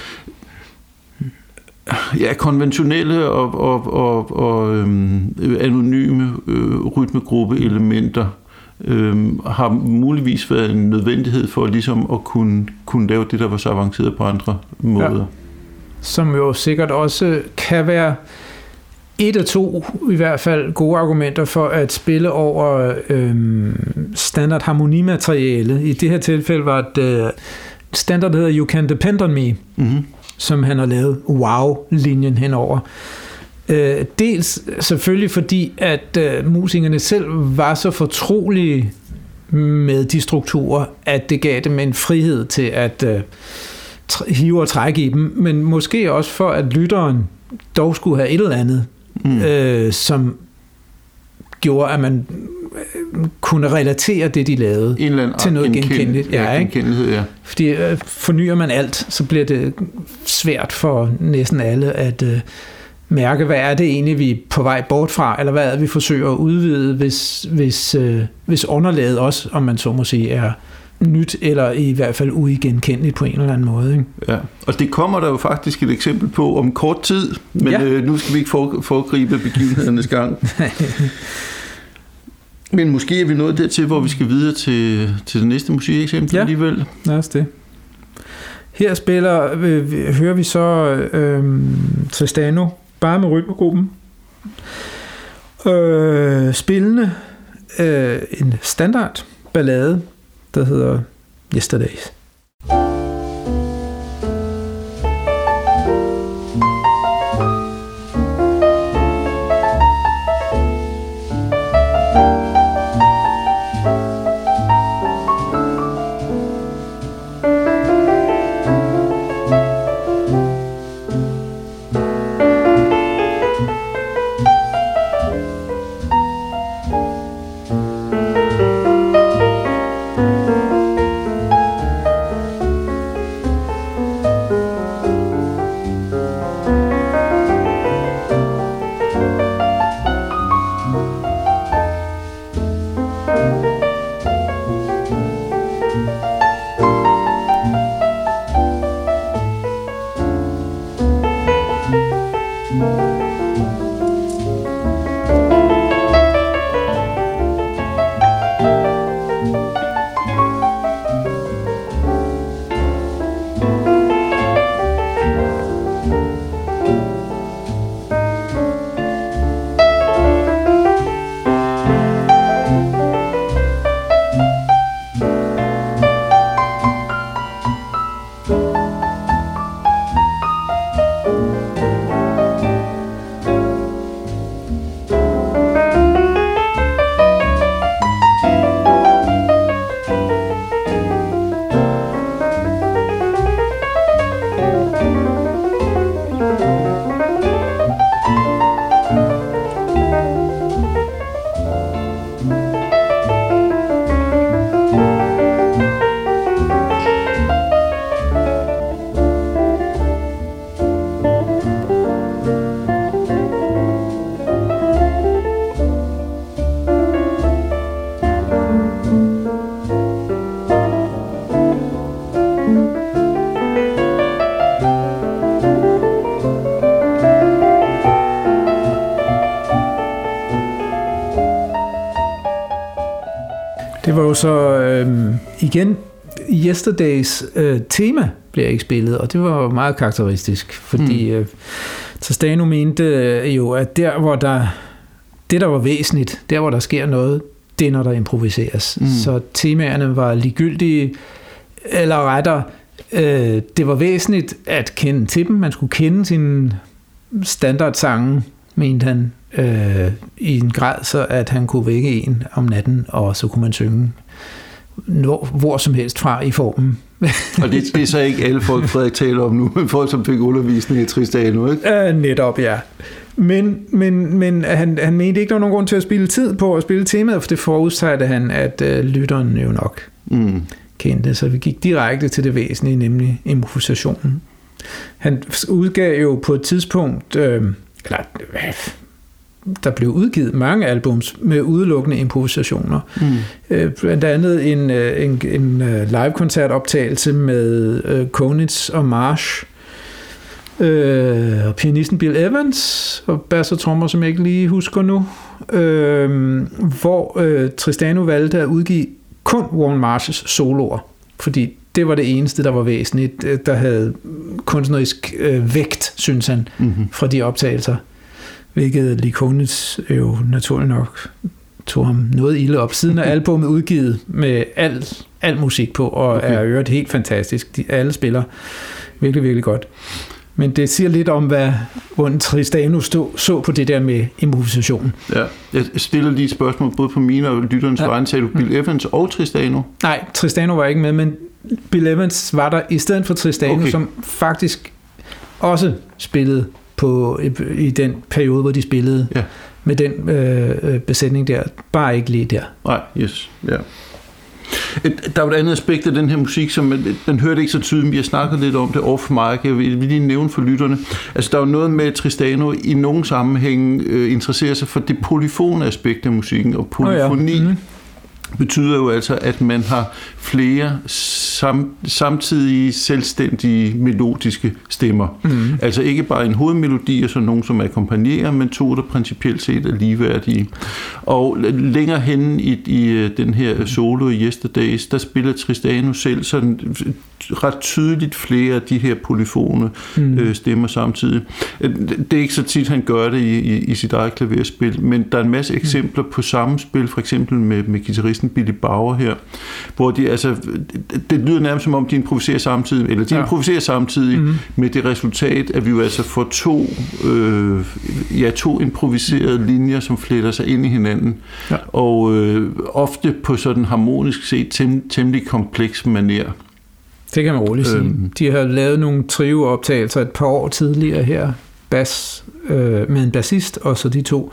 konventionelle og anonyme rytmegruppeelementer har muligvis været en nødvendighed for ligesom at kunne lave det, der var så avanceret på andre måder. Ja. Som jo sikkert også kan være et af to i hvert fald gode argumenter for at spille over standard harmonimateriale. I det her tilfælde var det standard, der hedder You Can Depend On Me, som han har lavet wow-linjen henover. Dels selvfølgelig fordi, at musikerne selv var så fortrolige med de strukturer, at det gav dem en frihed til at hive og trække i dem, men måske også for, at lytteren dog skulle have et eller andet, som gjorde, at man kunne relatere det, de lavede, til noget genkendeligt. Ja. Fordi fornyer man alt, så bliver det svært for næsten alle at mærke, hvad er det egentlig, vi er på vej bort fra, eller hvad er det, vi forsøger at udvide, hvis underlaget også, om man så må sige, er nyt, eller i hvert fald uigenkendeligt på en eller anden måde. Ikke? Ja, og det kommer der jo faktisk et eksempel på om kort tid, men nu skal vi ikke foregribe begivenhedernes gang. Men måske er vi nået dertil, hvor vi skal videre til det næste musikeksempel alligevel. Ja, lad os det. Her hører vi så Tristano, bare med rytmegruppen. spillende en standard ballade, der hedder Yesterdays. Det var jo så igen Yesterdays tema bliver ikke spillet, og det var meget karakteristisk, fordi Tristano mente jo, at der hvor det der var væsentligt, der hvor der sker noget, det er når der improviseres. Så temaerne var ligegyldige, eller rettere, det var væsentligt at kende til dem. Man skulle kende sine standardsange, mente han, i en grad, så at han kunne vække en om natten, og så kunne man synge hvor som helst fra i formen. Og det er så ikke alle folk, Frederik taler om nu, men folk, som fik undervisning i Tristano, ikke? Netop, ja. Men han mente ikke, der var nogen grund til at spille tid på at spille temaet, for det forudsatte han, at lytteren jo nok kendte. Så vi gik direkte til det væsentlige, nemlig improvisationen. Han udgav jo på et tidspunkt, der blev udgivet mange albums med udelukkende improvisationer. Blandt andet en live-koncertoptagelse med Konitz og Marsh, og pianisten Bill Evans og bass og trommer, som jeg ikke lige husker nu, hvor Tristano valgte at udgive kun Warren Marshes soloer, fordi det var det eneste, der var væsentligt, der havde kunstnerisk vægt, synes han, fra de optagelser. Hvilket Lee Konitz jo naturligt nok tog ham noget ilde op. Siden er albumet udgivet med al musik på, og er øvrigt helt fantastisk. Alle spiller virkelig, virkelig godt. Men det siger lidt om, hvordan Tristano så på det der med improvisation. Ja, jeg stiller lige et spørgsmål både på mine og lytterens vegne. Sagde du Bill Evans og Tristano? Nej, Tristano var ikke med, men Bill Evans var der i stedet for Tristano, som faktisk også spillede i den periode, hvor de spillede med den besætning der. Bare ikke lige der. Nej, yes, ja. Der er jo et andet aspekt af den her musik, som den hørte ikke så tydeligt, vi har snakket lidt om det off-mic. Jeg vil lige nævne for lytterne. Altså, der er jo noget med, at Tristano i nogle sammenhænge interesserer sig for det polyfone aspekt af musikken, og polyfoni betyder jo altså, at man har flere samtidige selvstændige melodiske stemmer. Altså ikke bare en hovedmelodi og så nogen, som akkompagnerer, men to, der principielt set er ligeværdige. Og længere henne i den her solo i Yesterdays, der spiller Tristano selv sådan ret tydeligt flere af de her polyfone stemmer samtidig. Det er ikke så tit, han gør det i sit eget klaverspil, men der er en masse eksempler på samspil, for eksempel med guitaristen Billy Bauer her, hvor de altså, det lyder nærmest som om, de improviserer samtidig, eller de improviserer samtidig med det resultat, at vi jo altså får to improviserede linjer, som fletter sig ind i hinanden, og ofte på sådan harmonisk set temmelig kompleks manér. Det kan man roligt sige. De har lavet nogle trio-optagelser et par år tidligere her, med en bassist, og så de to,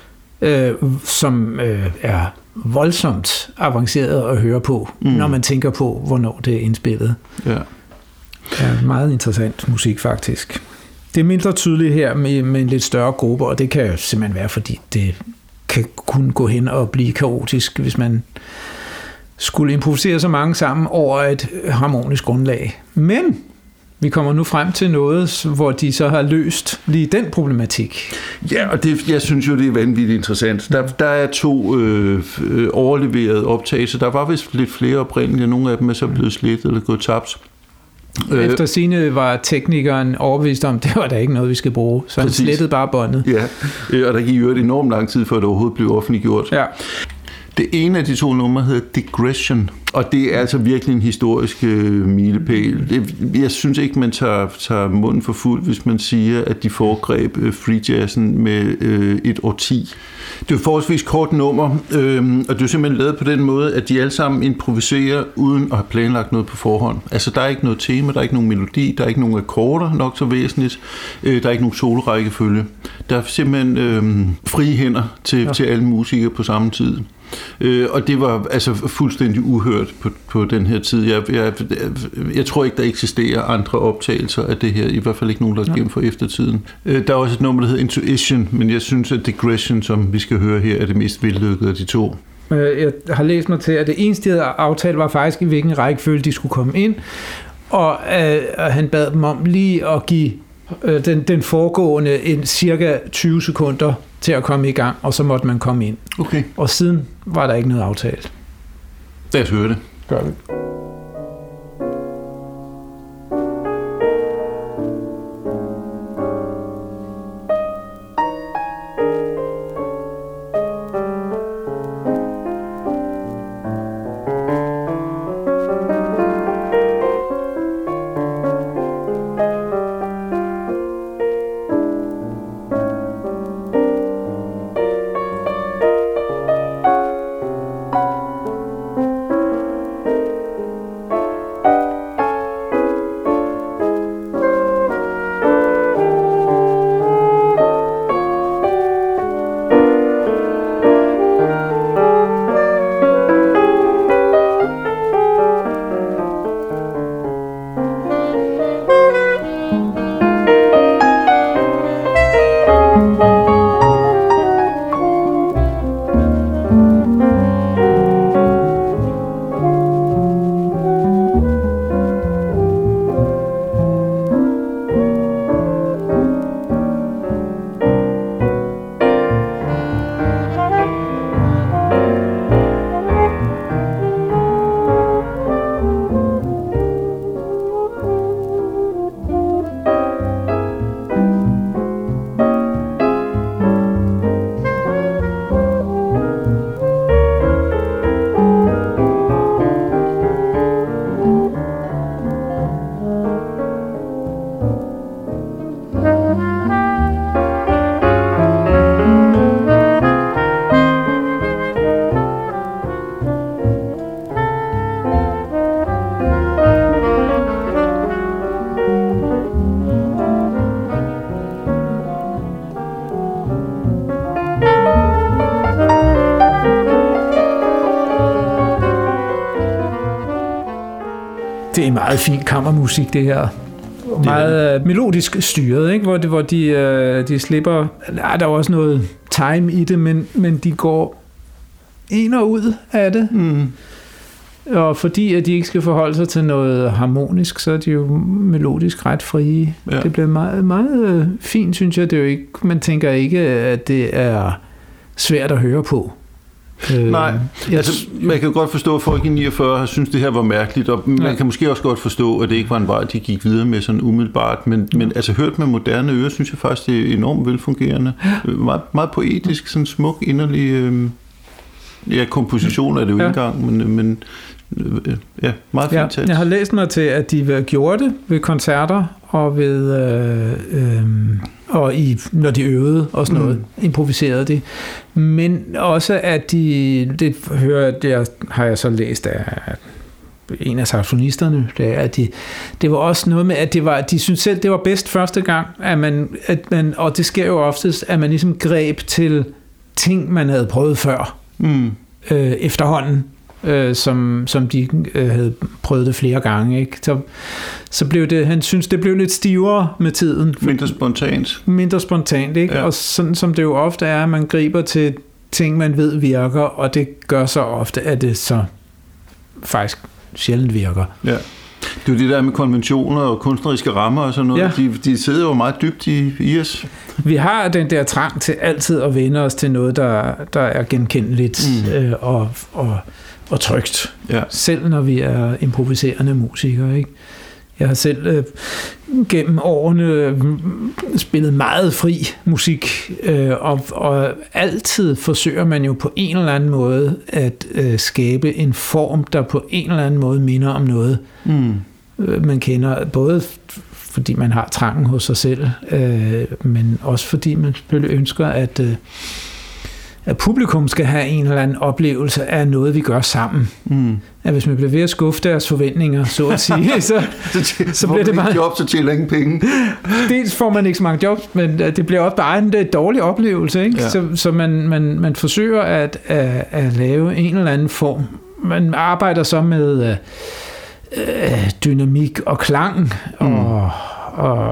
som er voldsomt avanceret at høre på, når man tænker på, hvornår det er indspillet. Ja. Meget interessant musik, faktisk. Det er mindre tydeligt her med en lidt større gruppe, og det kan simpelthen være, fordi det kan kun gå hen og blive kaotisk, hvis man skulle improvisere så mange sammen over et harmonisk grundlag. Men vi kommer nu frem til noget, hvor de så har løst lige den problematik. Ja, og jeg synes jo, det er vanvittigt interessant. Der er to overleverede optagelser. Der var vist lidt flere oprindelige, og nogle af dem er så blevet slidt eller gået tabt. Efter sigende var teknikeren overbevist om, det var der ikke noget, vi skal bruge. Så han slettede bare båndet. Ja, og der gik jo enormt lang tid, før det overhovedet blev offentliggjort. Ja. Det ene af de to numre hedder Digression, og det er altså virkelig en historisk milepæl. Jeg synes ikke, man tager munden for fuld, hvis man siger, at de foregreb free jazzen med et årti. Det er jo forholdsvis kort nummer, og det er simpelthen lavet på den måde, at de alle sammen improviserer uden at have planlagt noget på forhånd. Altså, der er ikke noget tema, der er ikke nogen melodi, der er ikke nogen akkorder, nok så væsentligt, der er ikke nogen solorækkefølge. Der er simpelthen frie hænder til alle musikere på samme tid. Og det var altså fuldstændig uhørt på den her tid. Jeg tror ikke, der eksisterer andre optagelser af det her, i hvert fald ikke nogen, der er gennem for eftertiden. Der er også et nummer, der hedder Intuition, men jeg synes, at Digression, som vi skal høre her, er det mest vellykkede af de to. Jeg har læst mig til, at det eneste, der aftalt, var faktisk, i hvilken rækkefølge de skulle komme ind, og han bad dem om lige at give den foregående cirka 20 sekunder til at komme i gang, og så måtte man komme ind. Okay. Og siden var der ikke noget aftalt. Lad os høre det. Gør det. Det er meget fin kammermusik, det her. Meget melodisk styret, ikke? Hvor de slipper... Der er også noget time i det, men de går ind og ud af det. Og fordi at de ikke skal forholde sig til noget harmonisk, så er de jo melodisk ret frie. Ja. Det bliver meget, meget fint, synes jeg. Det er jo ikke, man tænker ikke, at det er svært at høre på. Nej, altså man kan godt forstå, at folk i 49 har synes det her var mærkeligt, og man kan måske også godt forstå, at det ikke var en vej, de gik videre med sådan umiddelbart, men altså hørt med moderne ører, synes jeg faktisk, det er enormt velfungerende. Meget, meget poetisk, sådan smuk, inderlig komposition er det jo ikke engang, men ja, meget fint talt. Jeg har læst mig til, at de gjorde det ved koncerter og ved når de øvede og sådan noget, improviserede de. Men også at det har jeg så læst af en af saxofonisterne, det var også noget med, at de syntes selv, det var bedst første gang, at man, og det sker jo oftest, at man ligesom greb til ting, man havde prøvet før, efterhånden. Som de havde prøvet det flere gange, ikke? Så blev det, han synes, det blev lidt stivere med tiden. Mindre spontant, ikke? Ja. Og sådan som det jo ofte er, man griber til ting, man ved virker, og det gør så ofte, at det så faktisk sjældent virker. Ja. Det er jo det der med konventioner og kunstneriske rammer og sådan noget. Ja. De sidder jo meget dybt i os. Vi har den der trang til altid at vende os til noget, der er genkendeligt og trygt. Ja. Selv når vi er improviserende musikere, ikke? Jeg har selv gennem årene spillet meget fri musik, og altid forsøger man jo på en eller anden måde at skabe en form, der på en eller anden måde minder om noget, man kender, både fordi man har trangen hos sig selv, men også fordi man selvfølgelig ønsker, at publikum skal have en eller anden oplevelse af noget, vi gør sammen. At hvis man bliver ved at skuffe deres forventninger, så at sige, så bliver det bare... job, så tjener ingen penge. Dels får man ikke så mange jobs, men det bliver også bare en dårlig oplevelse, ikke? Ja. Så man forsøger at lave en eller anden form. Man arbejder så med dynamik og klang, og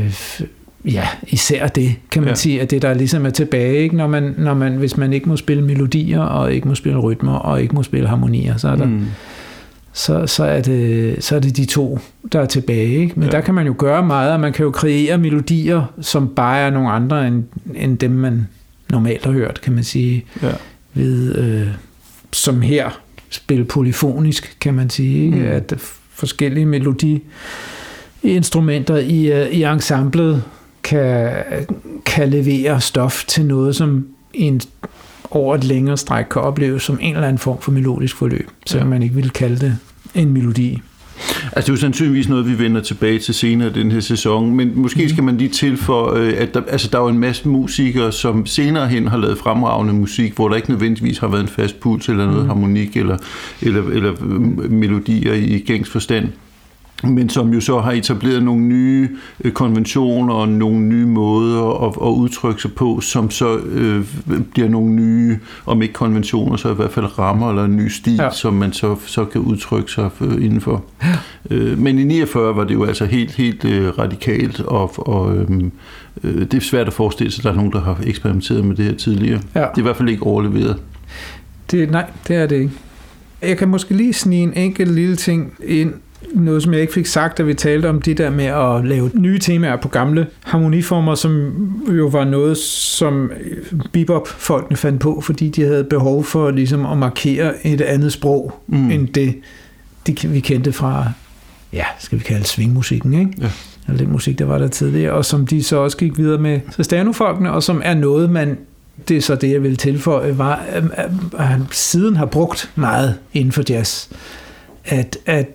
især det, kan man sige, at det der ligesom er tilbage, ikke? Når man, hvis man ikke må spille melodier, og ikke må spille rytmer, og ikke må spille harmonier, så er der, så er det de to, der er tilbage, ikke? Men der kan man jo gøre meget, og man kan jo kreere melodier, som bare er nogle andre, end dem, man normalt har hørt, kan man sige, ved, som her, spille polyfonisk, kan man sige, ikke? At forskellige melodiinstrumenter i ensemblet kan levere stof til noget, som over et længere stræk kan opleves som en eller anden form for melodisk forløb, selvom man ikke ville kalde det en melodi. Altså det er jo sandsynligvis noget, vi vender tilbage til senere i den her sæson, men måske skal man lige tilføje, at der er jo en masse musikere, som senere hen har lavet fremragende musik, hvor der ikke nødvendigvis har været en fast puls eller noget harmonik eller melodier i gængs forstand, men som jo så har etableret nogle nye konventioner og nogle nye måder at udtrykke sig på, som så bliver nogle nye, om ikke konventioner, så i hvert fald rammer eller en ny stil, som man så kan udtrykke sig indenfor. Men i 49 var det jo altså helt radikalt, og det er svært at forestille sig, at der er nogen, der har eksperimenteret med det her tidligere. Ja. Det er i hvert fald ikke overleveret. Nej, det er det ikke. Jeg kan måske lige snige en enkelt lille ting ind, noget, som jeg ikke fik sagt, da vi talte om det der med at lave nye temaer på gamle harmoniformer, som jo var noget, som bebop-folkene fandt på, fordi de havde behov for ligesom at markere et andet sprog, end det vi kendte fra, skal vi kalde swingmusikken, ikke? Ja. Eller den musik, der var der tidligere, og som de så også gik videre med Stano-folkene, og som er noget, det er så det, jeg vil tilføje, var, at han siden har brugt meget inden for jazz, at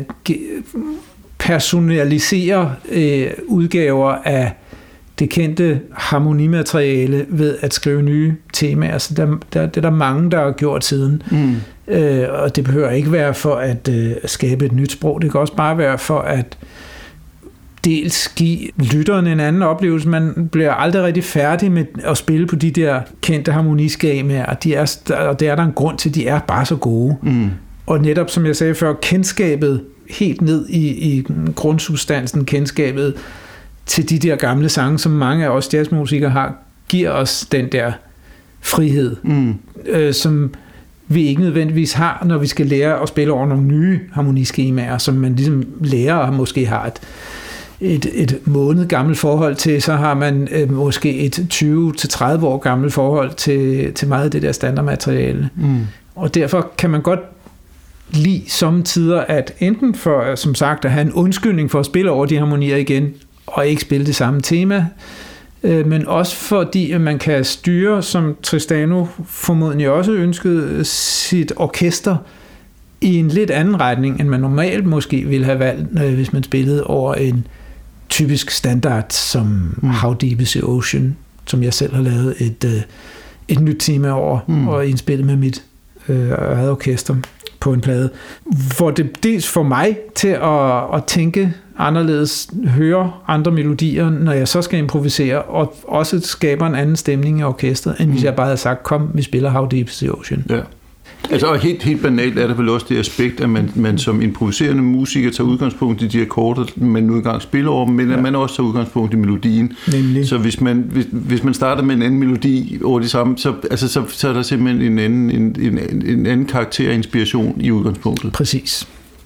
personalisere udgaver af det kendte harmonimateriale ved at skrive nye temaer. Så det er der mange, der har gjort siden. Og det behøver ikke være for at skabe et nyt sprog. Det kan også bare være for at dels give lytteren en anden oplevelse. Man bliver aldrig rigtig færdig med at spille på de der kendte harmoniskemaer, og det er der en grund til, de er bare så gode. Og netop, som jeg sagde før, kendskabet helt ned i grundsubstansen, kendskabet til de der gamle sange, som mange af os jazzmusikere har, giver os den der frihed, vi ikke nødvendigvis har, når vi skal lære at spille over nogle nye harmoniskemaer, som man ligesom lærer og måske har et måned gammelt forhold til, så har man måske et 20-30 år gammelt forhold til meget af det der standardmateriale. Og derfor kan man godt lide sommetider, at enten for, som sagt, at have en undskyldning for at spille over de harmonier igen, og ikke spille det samme tema, men også fordi at man kan styre, som Tristano formodentlig også ønskede, sit orkester i en lidt anden retning, end man normalt måske ville have valgt, hvis man spillede over en typisk standard som How Deep is the Ocean, som jeg selv har lavet et nyt tema over og indspillet med mit eget orkester på en plade, hvor det dels får mig til at tænke anderledes, høre andre melodier, når jeg så skal improvisere, og også skaber en anden stemning i orkestret, end hvis jeg bare havde sagt, kom, vi spiller How Deep is the Ocean. Ja. Altså, og helt banalt er der vel også det aspekt, at man som improviserende musiker tager udgangspunkt i de akkorder, man nu engang spiller over dem, men at man også tager udgangspunkt i melodien. Nemlig. Så hvis man starter med en anden melodi over det samme, så er der simpelthen en anden karakter og inspiration i udgangspunktet. Præcis.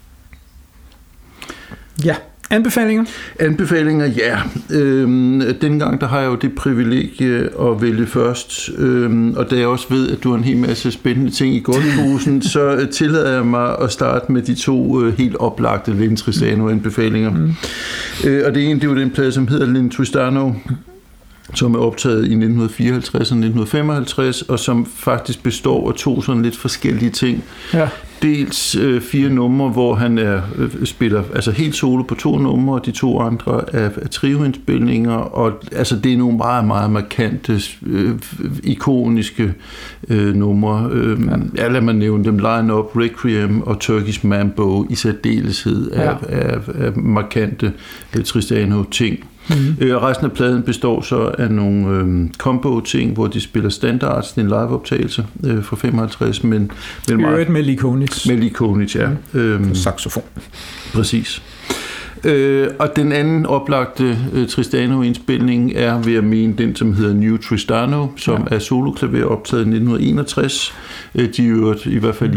Ja. Anbefalinger? Anbefalinger, ja. Dengang der har jeg jo det privilegie at vælge først, og da jeg også ved, at du har en hel masse spændende ting i godtposen, så tillader jeg mig at starte med de to helt oplagte Lynn Tristano-anbefalinger. Og det ene, det er jo den plade, som hedder Lynn Tristano, som er optaget i 1954 og 1955, og som faktisk består af to sådan lidt forskellige ting. Ja. Dels 4 numre, hvor han spiller altså helt solo på 2 numre, og de 2 andre er trioindspilninger, og altså det er nogle meget, meget markante, ikoniske numre. Ja, lad mig nævne dem: Line Up, Requiem og Turkish Mambo i særdeleshed af markante Tristano-ting. Og resten af pladen består så af nogle combo-ting, hvor de spiller standards, det er en live-optagelse fra 55, men meget med Lee Konitz. Med Lee Konitz, ja. Saxofon. Præcis. Og den anden oplagte Tristano-indspilning er, ved at mene, den som hedder New Tristano, som er soloklaver optaget i 1961. De er i hvert fald i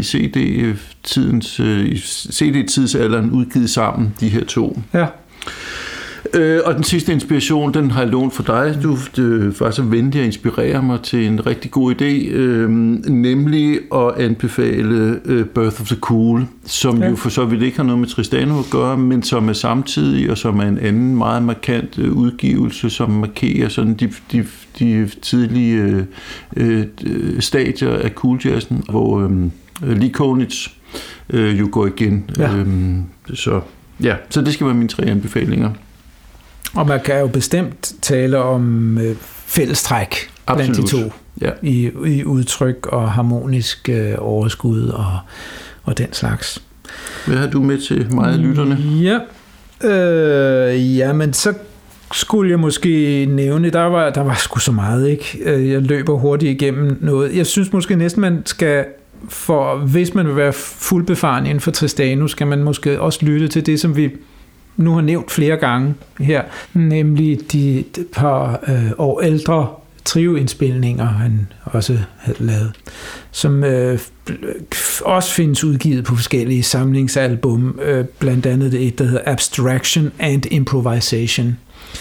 CD-tidsalderen udgivet sammen, de her to. Ja. Og den sidste inspiration, den har jeg lånt for dig. Du var så venlig at inspirere mig til en rigtig god idé, nemlig at anbefale Birth of the Cool, som jo for så vidt ikke har noget med Tristano at gøre, men som er samtidig, og som er en anden meget markant udgivelse, som markerer sådan de tidlige stadier af cool jazzen, hvor Lee Konitz jo går igen. Ja. Så det skal være mine 3 anbefalinger. Og man kan jo bestemt tale om fællestræk blandt de to, i udtryk og harmonisk overskud og den slags. Hvad har du med til mig og lytterne? Ja, men så skulle jeg måske nævne, der var sgu så meget, ikke? Jeg løber hurtigt igennem noget. Jeg synes måske næsten, man skal, hvis man vil være fuldbefaren inden for Tristano, skal man måske også lytte til det, som vi nu har nævnt flere gange her, nemlig de par år ældre trioindspilninger, han også havde lavet, som også findes udgivet på forskellige samlingsalbum, blandt andet et, der hedder Abstraction and Improvisation.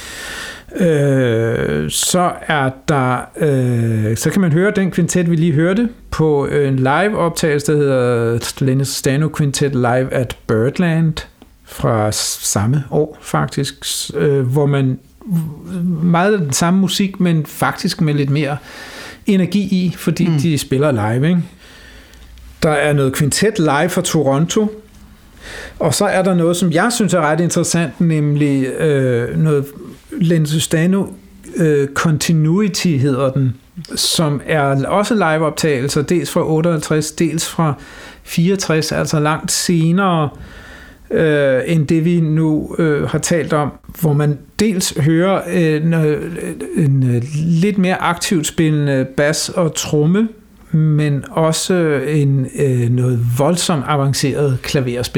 Så er der så kan man høre den kvintet, vi lige hørte, på en live optagelse, der hedder Lynn Tristano Quintet Live at Birdland, fra samme år faktisk, hvor man meget af den samme musik, men faktisk med lidt mere energi i, fordi de spiller live, ikke? Der er noget kvintet live fra Toronto, og så er der noget, som jeg synes er ret interessant, nemlig noget Lynn Tristano Continuity hedder den, som er også liveoptagelser, dels fra 58, dels fra 64, altså langt senere end det vi nu har talt om, hvor man dels hører en lidt mere aktivt spillende bas og tromme, men også noget voldsomt avanceret klaverspil.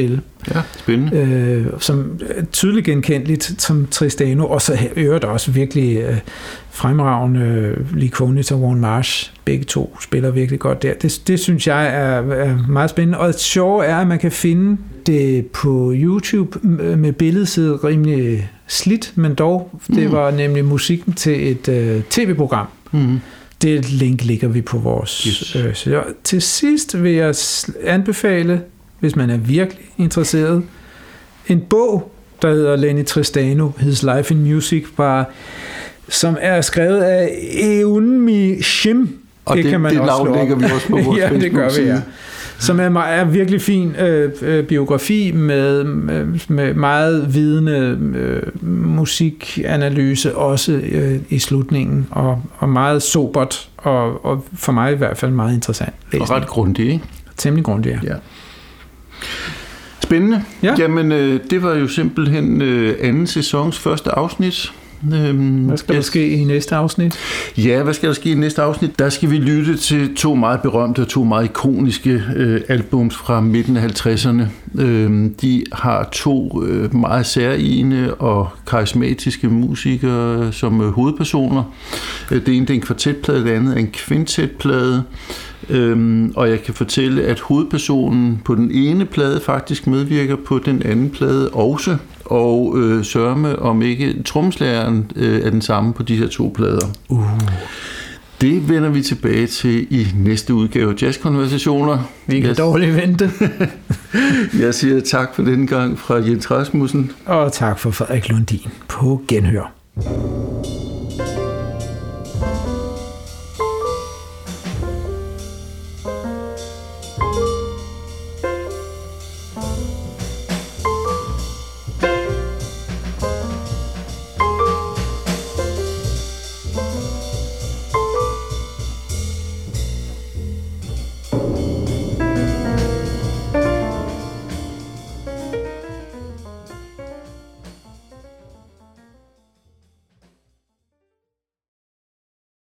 Ja, spændende. Som tydeligt genkendeligt som Tristano, og så øvrigt også virkelig fremragende Lee Konitz og Warren Marsh. Begge to spiller virkelig godt der. Det synes jeg er meget spændende. Og det sjove er, at man kan finde det på YouTube med billedside rimelig slidt, men dog, det var nemlig musikken til et tv-program. Det link ligger vi på vores side. Til sidst vil jeg anbefale, hvis man er virkelig interesseret, en bog, der hedder Lenny Tristano, His Life in Music, som er skrevet af Eunmi Shim. Og det kan man også slå op. Vi også på vores ja, det gør vi, ja. Som er virkelig fin biografi med meget vidende musikanalyse også i slutningen, og meget sobert, og for mig i hvert fald meget interessant læsning. Og ret grundig, ikke? Temmelig grundig, ja. Spændende. Ja. Jamen, det var jo simpelthen anden sæsons første afsnit. Hvad skal der ske i næste afsnit? Ja, hvad skal der ske i næste afsnit? Der skal vi lytte til 2 meget berømte og 2 meget ikoniske albums fra midten af 50'erne. De har 2 meget særlige og karismatiske musikere som hovedpersoner. Det ene er en kvartetplade, det andet er en kvintetplade. Og jeg kan fortælle, at hovedpersonen på den ene plade faktisk medvirker på den anden plade også, og sørme om ikke trommeslageren er den samme på de her 2 plader. Det vender vi tilbage til i næste udgave af Jazzkonversationer. Vi kan dårligt vente. Jeg siger tak for denne gang fra Jens Rasmussen. Og tak for Frederik Lundin. På genhør.